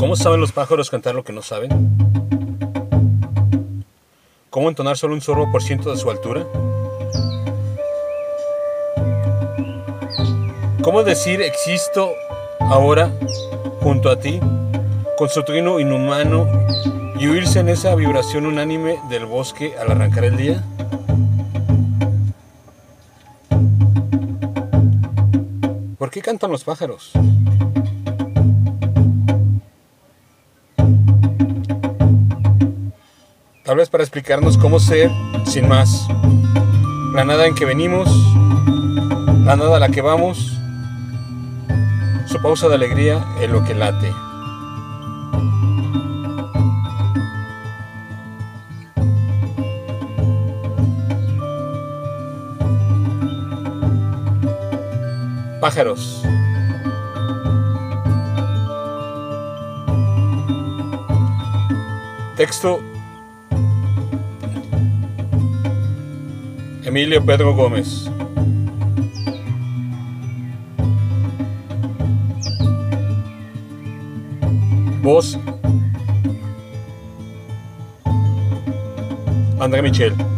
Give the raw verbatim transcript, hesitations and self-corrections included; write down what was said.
¿Cómo saben los pájaros cantar lo que no saben? ¿Cómo entonar solo un sorbo por ciento de su altura? ¿Cómo decir existo ahora junto a ti con su trino inhumano y huirse en esa vibración unánime del bosque al arrancar el día? ¿Por qué cantan los pájaros? Tal vez para explicarnos cómo ser sin más. La nada en que venimos, la nada a la que vamos, su pausa de alegría en lo que late. Pájaros. Texto: Emilio Pedro Gómez. Voz: André Michel.